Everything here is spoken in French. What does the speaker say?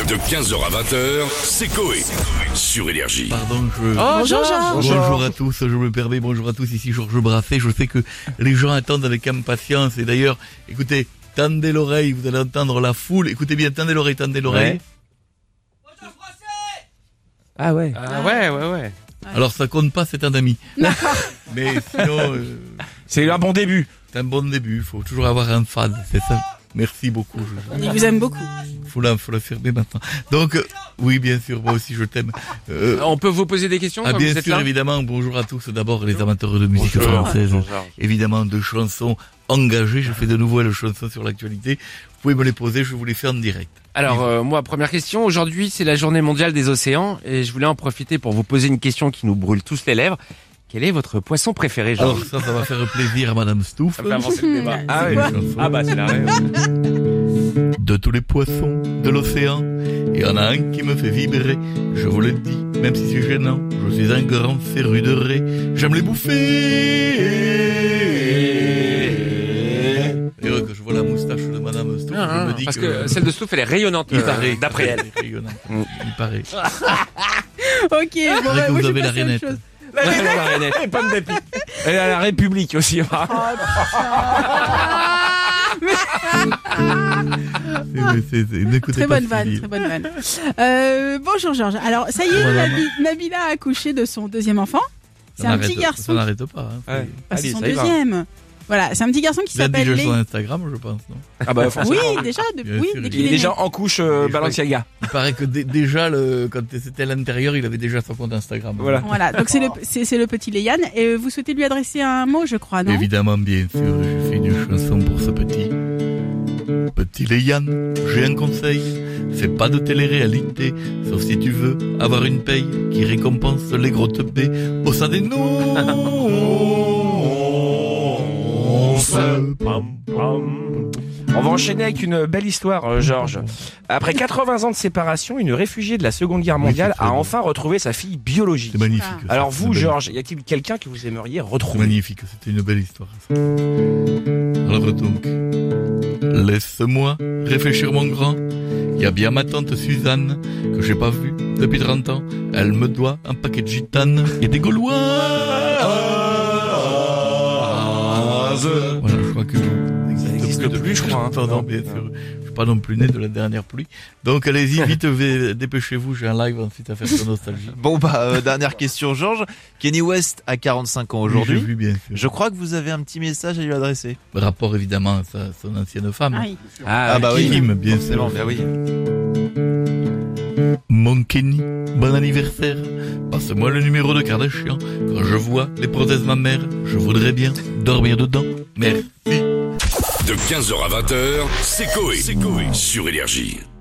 De 15h à 20h, c'est Coé. Sur Énergie. Pardon, Bonjour Georges. Bonjour à tous, je me permets, bonjour à tous, ici Georges Brasset. Je sais que les gens attendent avec impatience et d'ailleurs, écoutez, tendez l'oreille, vous allez entendre la foule. Écoutez bien, tendez l'oreille, tendez l'oreille. Ah ouais. Ouais. Alors ça compte pas, c'est un ami. Mais sinon, C'est un bon début. c'est un bon début, il faut toujours avoir un fan, c'est ça. Merci beaucoup. Il vous aime beaucoup. Faut l'affirmer maintenant. Donc, oui, bien sûr, moi aussi je t'aime. On peut vous poser des questions quand Bien vous êtes sûr, là évidemment, bonjour à tous. D'abord, les amateurs de musique française. Bonjour, Georges. Évidemment, de chansons engagées. Je fais de nouvelles chansons sur l'actualité. Vous pouvez me les poser, je vous les fais en direct. Alors, moi, première question. Aujourd'hui, c'est la journée mondiale des océans et je voulais en profiter pour vous poser une question qui nous brûle tous les lèvres. Quel est votre poisson préféré, Alors Georges? ça va faire plaisir à Madame Stouff. Ça me fait avancer le débat. Ah Une oui. chanson. Ah bah, c'est la rêve. De tous les poissons de l'océan, il y en a un qui me fait vibrer. Je vous le dis, même si c'est gênant, je suis un grand féru de raies. J'aime les bouffer. Et que je vois la moustache de Madame Stouff, je me dis Parce que celle de Stouff, elle est rayonnante, il paraît, d'après elle. est rayonnant. Il paraît. Ok, bon, C'est vrai que moi vous je avez vais la passer à autre rainette. chose. La rainette. Et pomme d'api. Elle a la République aussi. N'écoutez Très pas bonne vanne, Sylvie. très bonne vanne. Bonjour Georges. Alors ça y est, Voilà. Nabila a accouché de son deuxième enfant. C'est Ça un n'arrête- petit garçon. Ça n'arrête pas. Hein. Ouais. Bah, c'est Allez, son ça y va. deuxième. Voilà, c'est un petit garçon qui Il a s'appelle déjà Lé. sur Instagram, je pense, non? Ah bah forcément. Oui, déjà, Bien oui, sûr, dès il qu'il Il est est déjà né. en couche crois Balenciaga. Il paraît que déjà, quand c'était à l'intérieur, il avait déjà son compte Instagram. Voilà. Voilà, donc c'est le petit Léane. Et vous souhaitez lui adresser un mot, je crois, non? Évidemment, bien sûr, j'ai fait une chanson pour ce petit. Petit Léane, j'ai un conseil, fais pas de télé-réalité, sauf si tu veux avoir une paye qui récompense les grosses baies au sein des noces. On va enchaîner avec une belle histoire, Georges. Après 80 ans de séparation, une réfugiée de la Seconde Guerre mondiale c'est très a beau. enfin retrouvé sa fille biologique. C'est magnifique. Ah. ça, Alors c'est vous, magnifique. Georges, y a-t-il quelqu'un que vous aimeriez C'est retrouver? magnifique, c'était une belle histoire. Ça. Alors donc, laisse-moi réfléchir mon grand. Il y a bien ma tante Suzanne, que j'ai pas vue depuis 30 ans. Elle me doit un paquet de gitanes et des Gaulois. Voilà, je crois que Ça n'existe plus, je crois. Pardon, bien sûr. Je suis pas non plus né de la dernière pluie. Donc allez-y, vite, dépêchez-vous, j'ai un live ensuite à faire sur Nostalgie. Bon dernière question Georges. Kenny West a 45 ans aujourd'hui. J'ai vu, bien sûr. Je crois que vous avez un petit message à lui adresser. Rapport évidemment à son ancienne femme. Ah oui. Ah bah oui. Kim, bien sûr. Forcément, bah oui. Mon Kenny, bon anniversaire. Passe-moi le numéro de Kardashian. Quand je vois les prothèses de ma mère, je voudrais bien dormir dedans. Merci. De 15h à 20h, c'est Coé. Sur Énergie.